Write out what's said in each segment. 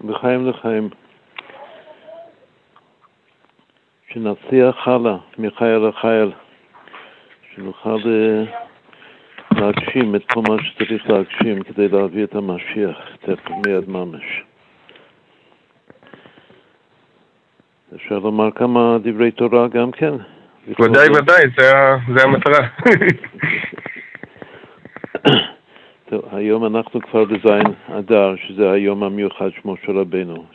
בחיים לחיים, שנצליח הלאה מחייל לחייל, שנוכל להגשים את כל מה שצריך להגשים כדי להביא את המשיח, תכף מיד ממש. אפשר לומר כמה דברי תורה גם כן? ודאי, זה המטרה. טוב, היום אנחנו כבר בזין אדר, שזה היום המיוחד שמו של רבנו,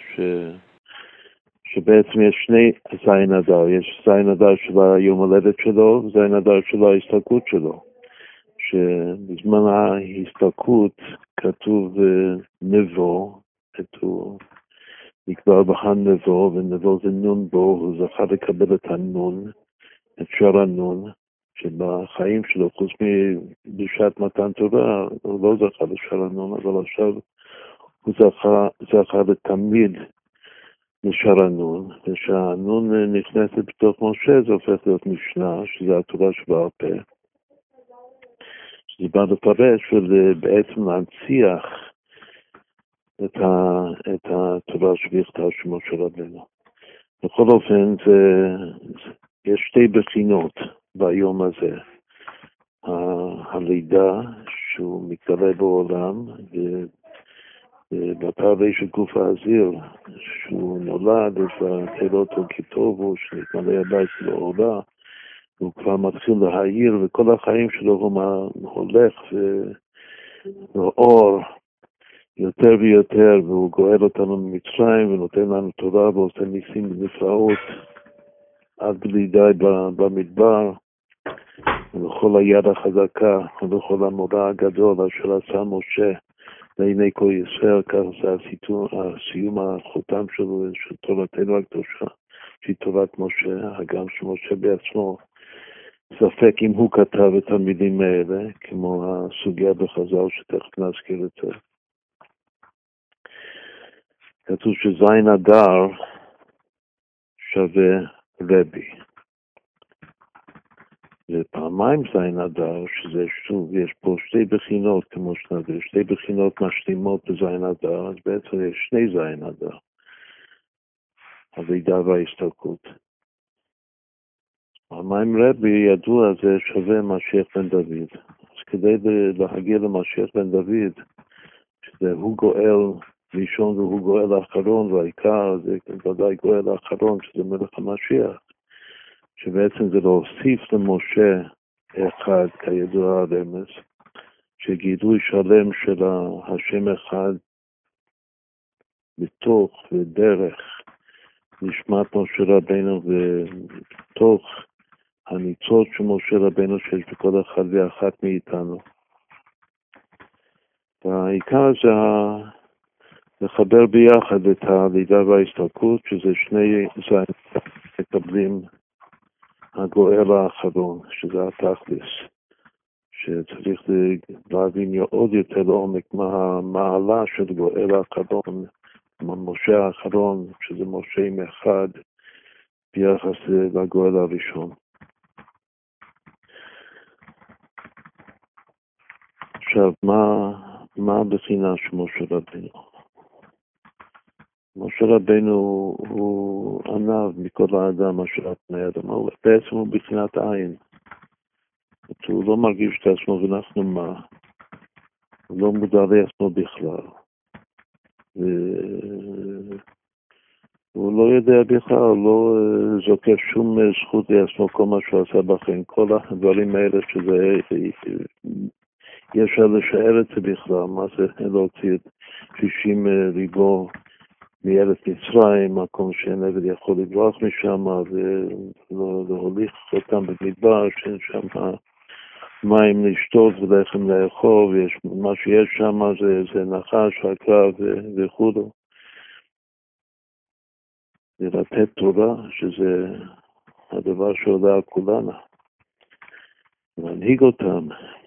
שבעצם יש שני זין אדר, יש זין אדר של היום הולדת שלו, וזין אדר של ההסתלקות שלו, שבזמן ההסתלקות כתוב נבו, נקבע בחן נבו, ונבו זה נון בו, הוא זכה לקבל את הנון, את שער הנון, שבחיים שלו, חוץ מבשעת מתן תורה, הוא לא זכה לשער הנון, אבל עכשיו הוא זכה לתמיד לשער הנון, ושהנון נכנסת בתוך משה, זה הופך להיות משנה, שזה התורה שבעל פה. שזה בא לפרש ובעצם להנציח את התורה שבכתב שמו של רבנו. בכל אופן, יש שתי בחינות ביום הזה. הלידה, שהוא מתגלה בעולם, ובפרווה של גוף האזיר, שהוא נולד, ותראה אותו כטובו, שנתמלא הבית שלו אורה, הוא כבר מתחיל להעיר, וכל החיים שלו הוא הולך ואור יותר ויותר, והוא גואל אותנו ממצרים, ונותן לנו תורה, ועושה ניסים ונפלאות, עד בלי די במדבר, ולכל היד החזקה, ולכל המורה הגדול, אשר עשה משה, לעיני כל ישראל, כך זה הסיום החותם שלו, של תורתנו הקדושה, שהיא תורת משה, הגם שמשה בעצמו, ספק אם הוא כתב את המילים האלה, כמו הסוגיה בחז"ל שתכף נזכיר את זה. כתוב שזין אדר שווה רבי. ופעמיים זין אדר, שזה שוב, יש פה שתי בחינות, כמו שנדבר, שתי בחינות משלימות בזין אדר, אז בעצם יש שני זין אדר, הלידה וההסתלקות. פעמיים רבי ידוע זה שווה משיח בן דוד. אז כדי להגיע למשיח בן דוד, שזה הוא גואל ראשון והוא גואל האחרון, והעיקר זה ודאי גואל האחרון, שזה מלך המשיח, שבעצם זה להוסיף למשה אחד, כידוע הרמז, שגידוי שלם של השם אחד בתוך ודרך נשמת משה רבנו ובתוך הניצוץ של משה רבנו שיש בכל אחד ואחת מאיתנו. והעיקר זה לחבר ביחד את הלידה וההסתלקות, שזה שני זין מקבלים הגואל האחרון, שזה התכלס, שצריך להבין עוד יותר לעומק מה המעלה של גואל האחרון, משה האחרון, שזה משה עם אחד ביחס לגואל הראשון. עכשיו, מה הבחינה של משה רבנו? משה רבנו הוא ענב מכל האדם אשר על פני האדמה, בעצם הוא בחינת העין. הוא לא מרגיש את עצמו ואנחנו מה, הוא לא מודע לעצמו בכלל. הוא לא יודע בכלל, הוא לא זוקף שום זכות לעצמו כל מה שהוא עשה בחיים. כל הדברים האלה שזה, אי אפשר לשער את זה בכלל, מה זה להוציא את 60 ריבו מארץ מצרים, מקום שאין עבד יכול לברוח משם, ולהוליך אותם במדבר, שאין שם מים לשתות ולחם לאכול, מה שיש שם זה נחש, עקרב וכו'. ולתת תורה, שזה הדבר שעולה על כולנו. להנהיג אותם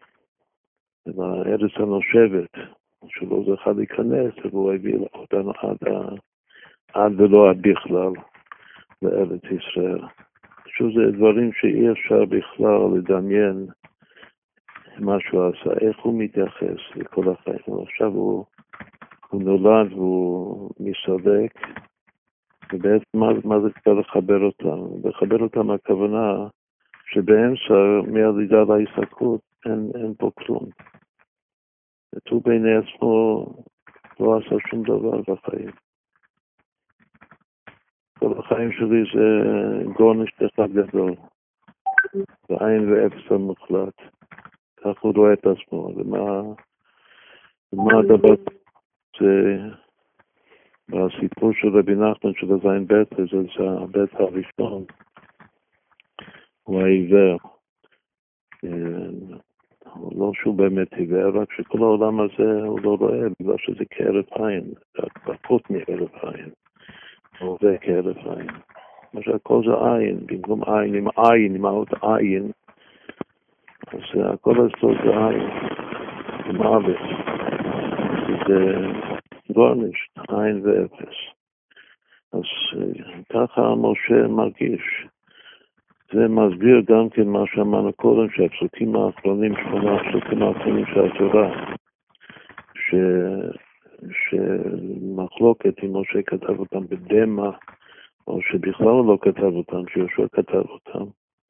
לארץ הנושבת, שלא זכה להיכנס, והוא הביא אותנו עד ולא עד בכלל לארץ ישראל. שוב, זה דברים שאי אפשר בכלל לדמיין מה שהוא עשה, איך הוא מתייחס לכל החיים. עכשיו הוא הוא נולד והוא מסתלק, ובעצם מה זה כבר לחבר אותם? לחבר אותם הכוונה שבאמצע מהלידה להסתלקות אין פה כלום. הוא בעיני עצמו לא עשה שום דבר בחיים. כל החיים שלי זה גורניש אחד גדול, ועין ואפס המוחלט. כך הוא רואה את עצמו. ומה הדבר זה בסיפור של רבי נחמן של הזין בית, זה הבית הראשון, הוא העיוור. לא שהוא באמת עיוור, רק שכל העולם הזה הוא לא רואה, בגלל שזה כהרף עין, זה פחות מהרף עין, הוא עובר כהרף עין. למשל, הכל זה עין, במקום עין, עם האות עין, אז הכל הסוד זה עין, עם אבס, זה גורניש, עין ואפס. אז ככה משה מרגיש. זה מסביר גם כן מה שאמרנו קודם, שהפסוקים האחרונים, 8 הפסוקים האחרונים של התורה, שמחלוקת אם משה כתב אותם בדמה, או שבכלל לא כתב אותם, שיהושע כתב אותם.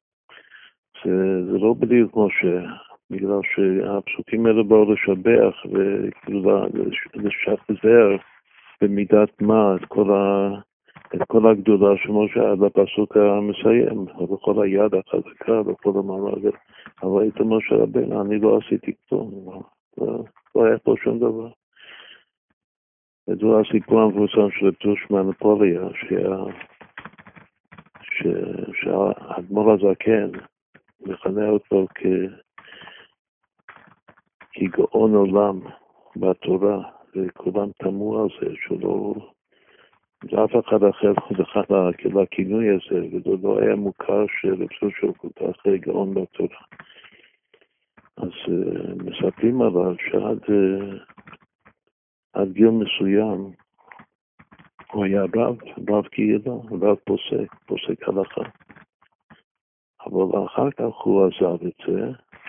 זה לא בדיוק משה, בגלל שהפסוקים האלה באו לשבח, ולשחזר במידת מה את כל הגדולה שמשה עד לפסוק המסיים, וכל היד החזקה וכל המעמד. אבל היית משה רבנו, אני לא עשיתי כלום, לא היה פה שום דבר. וזו הסיפור המפורסם של פטוש מהנפוליה, שהאדמו"ר הזקן מכנה אותו כגאון עולם בתורה, וכולם תמו על זה, אף אחד אחר לא זכה לכינוי הזה, וזה לא היה מוכר שלפסוש הוא כל כך גאון בתורה. אז מספרים עליו שעד גיל מסוים הוא היה רב קהילה, רב פוסק הלכה. אבל אחר כך הוא עזב את זה,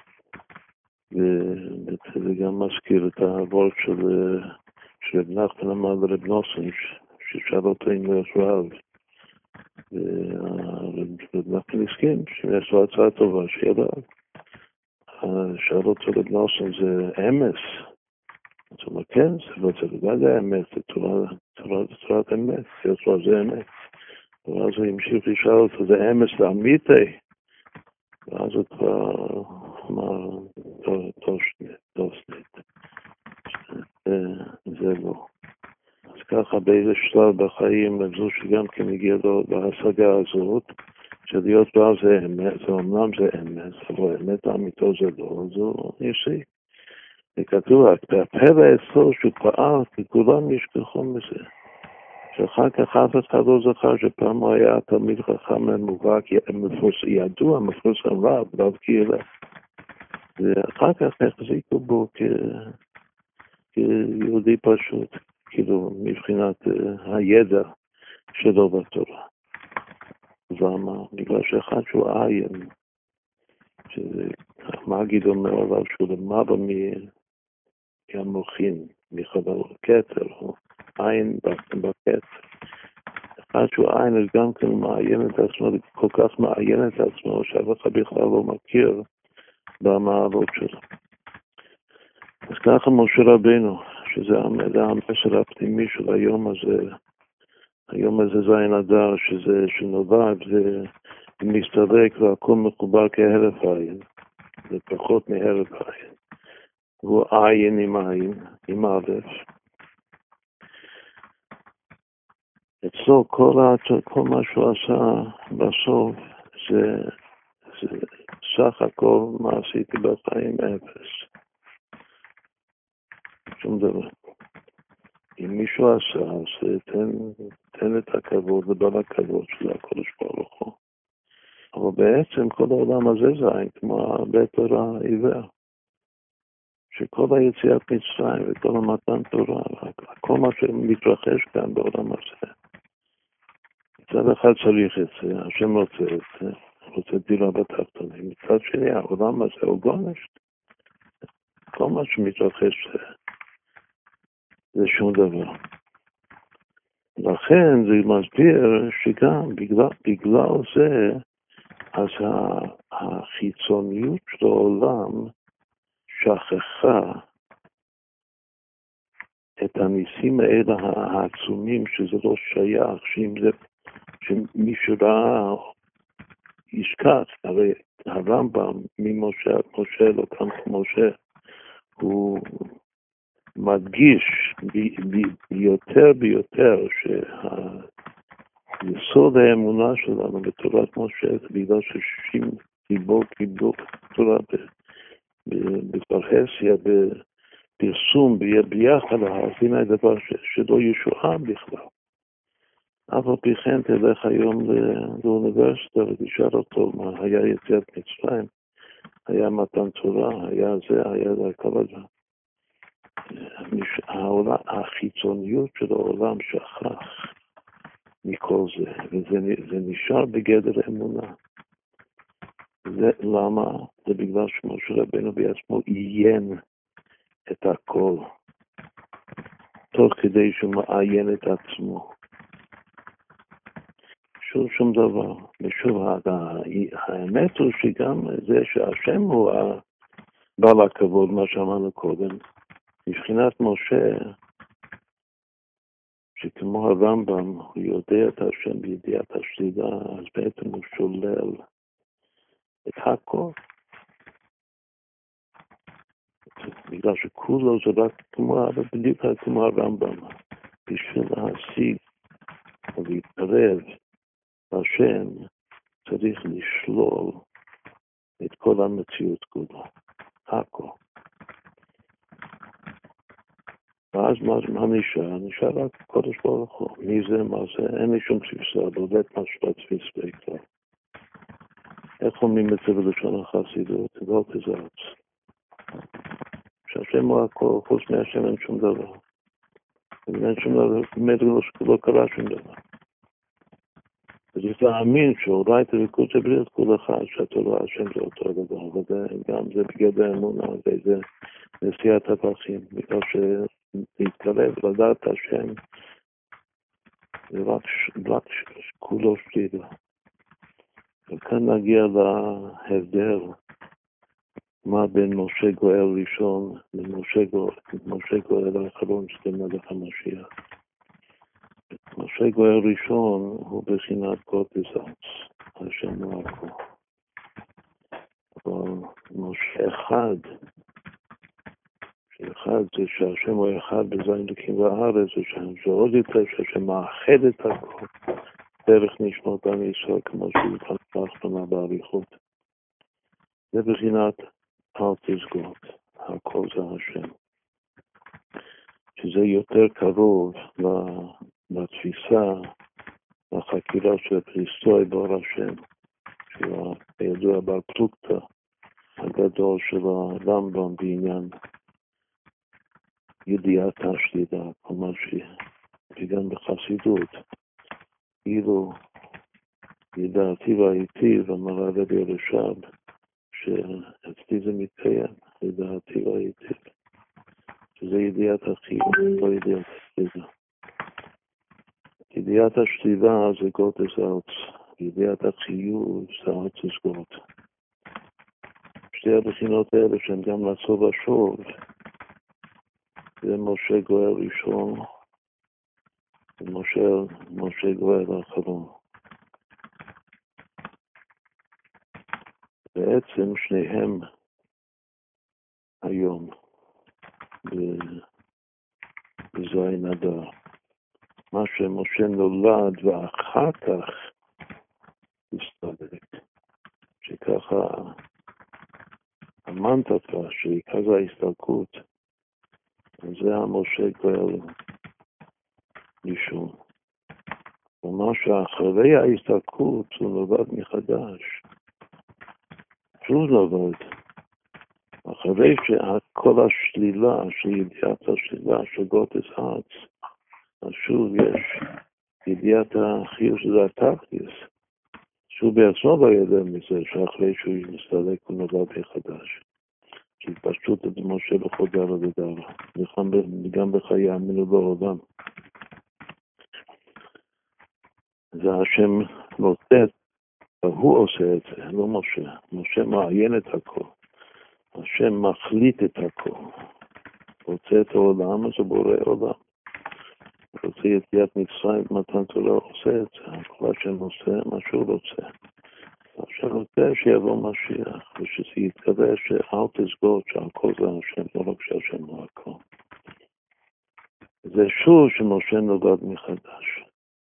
וזה גם מזכיר את העבוד של רב נחמן אמר לרב נוסן, ששאל אותו אם הוא יש רב. ורב נחמן הסכים שיש לו הצעה טובה, שיהיה רב. שאל אותו רב נוסן, זה אמס? אז הוא אומר, כן, זה אמת, זה תורת אמת, זה אמת. ואז הוא המשיך לשאול אותו, זה אמס לאמיתי? ואז הוא כבר אמר, תוסנית. זה לא. אז ככה באיזה שלב בחיים, זו שגם כן הגיע לו להשגה הזאת, שלהיות רב זה אמת, זה אומנם זה אמת, אבל אמת האמיתו זה לא, זו ניסי. וכתוב, הפלא אצלו שהוא פעל, כי כולם ישכחו מזה. שאחר כך אף אחד לא זכר שפעם הוא היה תלמיד חכם מובהק, ידוע, מפורסם רב קהילה. ואחר כך החזיקו בו כיהודי פשוט, כאילו מבחינת הידע שלו בתורה. למה? בגלל שאחד שהוא עין, שהמגיד אומר עליו שהוא למעלה מהמוחין, מחבר כתר, או עין בכתר. אחד שהוא עין, אז גם כן מעיין את עצמו, כל כך מעיין את עצמו, שאף אחד בכלל לא מכיר במעלות שלו. אז ככה משה רבנו, שזה המסר הפנימי של היום הזה, היום הזה זין אדר, שנולד ומסתלק והכל מחובר כהרף עין, זה פחות מהרף עין. הוא עין עם עין, עם א'. אצלו כל מה שהוא עשה בסוף זה סך הכל מה עשיתי בחיים אפס. שום דבר. אם מישהו עשה, אז תן את הכבוד ובעל הכבוד של הקודש ברוך הוא. אבל בעצם כל העולם הזה זה עין, כמו הבית תורה עיוור. שכל היציאת מצרים וכל המתן תורה, כל מה שמתרחש כאן בעולם הזה. מצד אחד צריך את זה, השם רוצה את זה, רוצה דירה בתחתונים. מצד שני, העולם הזה הוא גורניש. כל מה שמתרחש זה שום דבר. לכן זה מסביר שגם בגלל זה, אז החיצוניות של העולם שכחה את הניסים האלה העצומים, שזה לא שייך, שמישהו ראה ישכח. הרי הרמב"ם ממשה עד משה, לא כאן כמשה, הוא מדגיש ביותר ויותר שהיסוד האמונה שלנו בתורת משה זה בגלל ש60 גיבור קיבלו תורה בפרהסיה, בפרסום, ביחד, אז הנה הדבר שלא ישועה בכלל. אף על פי כן תלך היום לאוניברסיטה ותשאל אותו מה היה יציאת מצרים, היה מתן תורה, היה זה, היה זה, כל הזה. החיצוניות של העולם שכח מכל זה, וזה נשאר בגדר אמונה. זה למה? זה בגלל שמשה רבנו בעצמו עיין את הכל, תוך כדי שהוא מעיין את עצמו. שום דבר. ושוב, האמת הוא שגם זה שהשם הוא בעל הכבוד, מה שאמרנו קודם, מבחינת משה, שכמו הרמב"ם, הוא יודע את השם בידיעת השלילה, אז בעצם הוא שולל את הכל. בגלל שכולו זה רק בדיוק כמו הרמב"ם, בשביל להשיג ולהתקרב השם צריך לשלול את כל המציאות כולה, הכל. ואז מה נשאר? נשאר רק קודש ברוך הוא. מי זה, מה זה? אין לי שום תפיסה, בבית משהו תפיס בעיקר. איך אומרים את זה בלשון החסידות? לא תזרץ. שהשם הוא הכל, חוץ מהשם אין שום דבר. אין שום דבר, באמת לא קרה שום דבר. צריך להאמין שאולי תריקות הברית כל אחד, שהתורה השם זה אותו דבר, וגם זה בגדר האמונה, וזה נשיאת הפכים, בגלל להתקרב, לדעת השם, זה רק כולו שלילה. וכאן נגיע להבדל, מה בין משה גואל ראשון למשה גואל האחרון, שזה מלך המשיח. משה גואל ראשון הוא בחינת קודש, השם הוא הכל. אבל משה אחד, שאחד זה שהשם הוא אחד בזין אלוקים בארץ, זה עוד יותר שהשם מאחד את הכל, דרך נשמות עם ישראל, כמו שהתפתח בנה באריכות. זה בחינת אל תסגוד, הכל זה השם. שזה יותר קרוב לתפיסה, לחקירה של פריסטוי בר השם, שידוע בר פלוגתא הגדול של הרמב"ם בעניין ידיעת השלילה, כלומר שגם בחסידות, אילו ידעתי והייתי, ואמר הרבי הרש"ב, שאצלי זה מתקיים, ידעתי והייתי. שזה ידיעת החיוב, לא ידיעת השלילה. ידיעת השלילה זה גודש ארץ, ידיעת החיוב זה ארץ הסגות. שתי הבחינות האלה שהן גם לעצוב השוב, זה משה גואל ראשון, ומשה גואל האחרון. בעצם שניהם היום בזין אדר. מה שמשה נולד ואחר כך הסתדק, שככה המנטרה שהיא כזה ההסתלקות, זה המשה גואל ראשון. ומה שאחרי ההסתלקות הוא נולד מחדש. שוב נולד. אחרי שכל השלילה, שידיעת השלילה של גודש הארץ, אז שוב יש ידיעת החיוב שזה התכלס. שהוא בעצמו לא ידע מזה, שאחרי שהוא מסתלק הוא נולד מחדש. כי פשוט את משה לא חודר לדבר, וגם בחיי אמינו בעולם. זה השם נותן, והוא עושה את זה, לא משה. משה מעיין את הכל. השם מחליט את הכל. רוצה את העולם, אז הוא בורא עולם. רוצה יציאת מצרים, מתן תורה עושה את זה. כל השם עושה מה שהוא רוצה. השם רוצה שיבוא משיח, ושזה יתקווה שאל תסגור שהכל זה השם, לא רק שהשם הוא הכל. זה שוב שמשה נולד מחדש.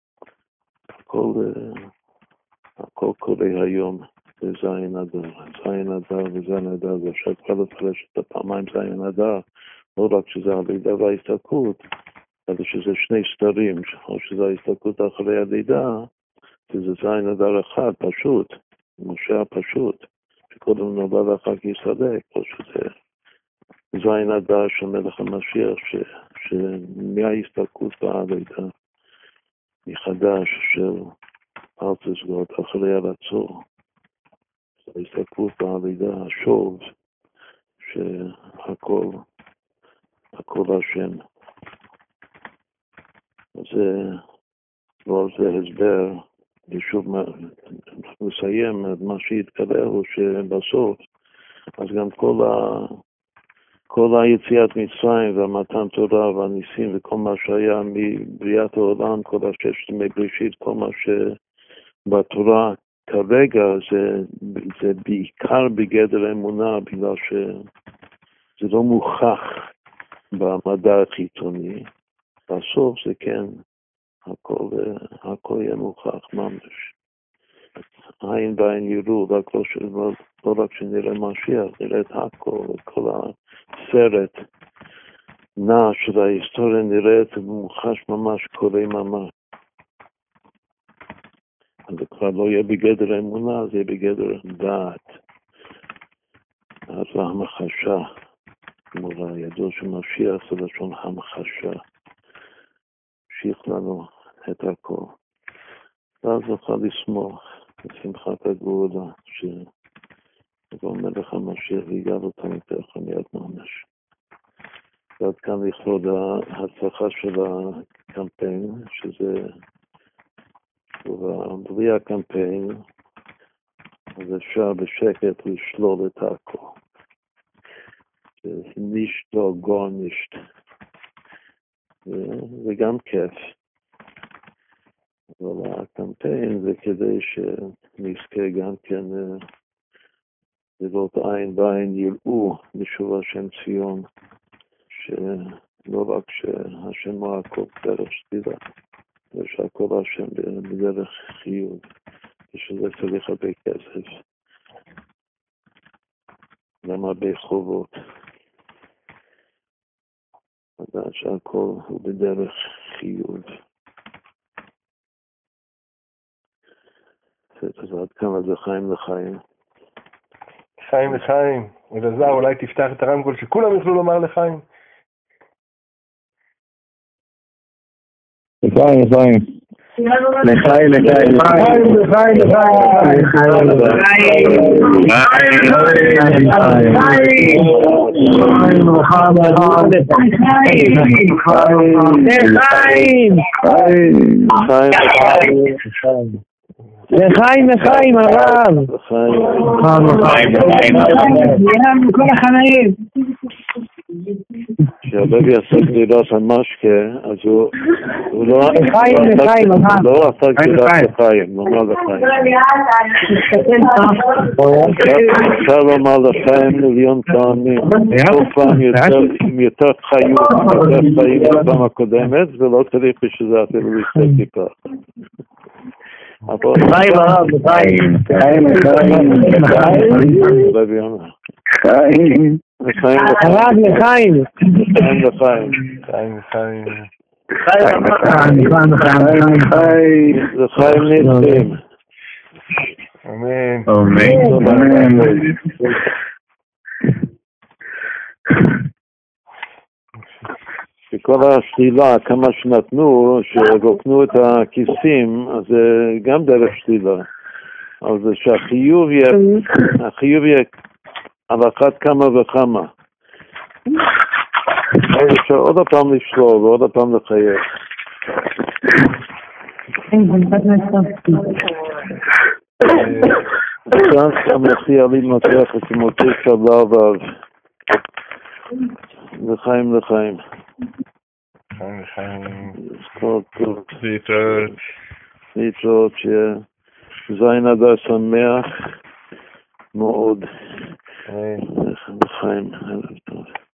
הכל קורה היום בזין אדר. זין אדר וזין אדר, ועכשיו כבר לפרש את הפעמיים זין אדר, לא רק שזה הלידה וההסתלקות, אלא שזה שני סתרים, או שזה ההסתלקות אחרי הלידה, זה זין אדר אחד, פשוט, משה הפשוט, שקודם נולד אחר כך יסלק, או שזה זין אדר של מלך המשיח, שמההסתלקות והלידה, מחדש של אל תסגור, אחרי הרצור. ההסתכלות והלידה, השוב, שהכל השם. זה לא זה הסבר, ושוב נסיים את מה שהתקבל הוא שבסוף, אז גם כל היציאת מצרים והמתן תורה והניסים וכל מה שהיה מבריאת העולם, כל הששת ימי בראשית, כל מה שבתורה כרגע זה בעיקר בגדר אמונה, בגלל שזה לא מוכח במדע החיצוני. בסוף זה כן, הכל יהיה מוכח ממש. עין בעין יראו, לא רק שנראה משיח, נראה את הכל, כל הסרט נע של ההיסטוריה נראית מוכח ממש, קורה ממש. אז זה כבר לא יהיה בגדר אמונה, זה יהיה בגדר דעת. אז המחשה, מורה, ידוע שמשיח זה לשון המחשה. שיח לנו את הכל. ואז נוכל לשמוח בשמחת הגאולה, שכל מלך המשיח ויגאל אותנו תוך מיד ממש. ועד כאן לכבוד ההצלחה של הקמפיין, שזה בלי הקמפיין, אז אפשר בשקט לשלול את הכל. נישט או גור נישט. זה גם כיף. אבל הקמפיין זה כדי שנזכה גם כן לראות עין בעין יראו משוב השם ציון, שלא רק שהשם הוא הכל דרך שתילה, ושהכל השם בדרך חיוב, ושזה צריך הרבה כסף, גם הרבה חובות. לדעת שהכל הוא בדרך חיוב. אז עד כמה זה חיים לחיים. חיים לחיים. אלעזר, אולי תפתח את הרמקול שכולם יוכלו לומר לחיים. לחיים, לחיים. לחיים, לחיים. לחיים, לחיים, לחיים, לחיים, הרב. לחיים, כל החיים. כשהרב יעשה גזירת המשקה, אז הוא לא עשה גזירת לחיים, הוא אמר לחיים. אפשר לומר לחיים מיליון פעמים, כל פעם יותר חיים בפעם הקודמת, ולא צריך בשביל אפילו להסתכל טיפה. חיים הרב, חיים, חיים, חיים, חיים, הרב לחיים, חיים לחיים, חיים לחיים. זה חיים נצחים. אמן. אמן. שכל השלילה, כמה שנתנו, שרוקנו את הכיסים, אז זה גם דרך שלילה. אבל זה שהחיוב יהיה על אחת כמה וכמה. אפשר עוד הפעם לשלול ועוד הפעם לחייך. סמכי עלי מותח וכמותי סבב לחיים לחיים. כל טוב. להתראות, שיהיה זין אדר שמח מאוד. לחיים, ערב טוב.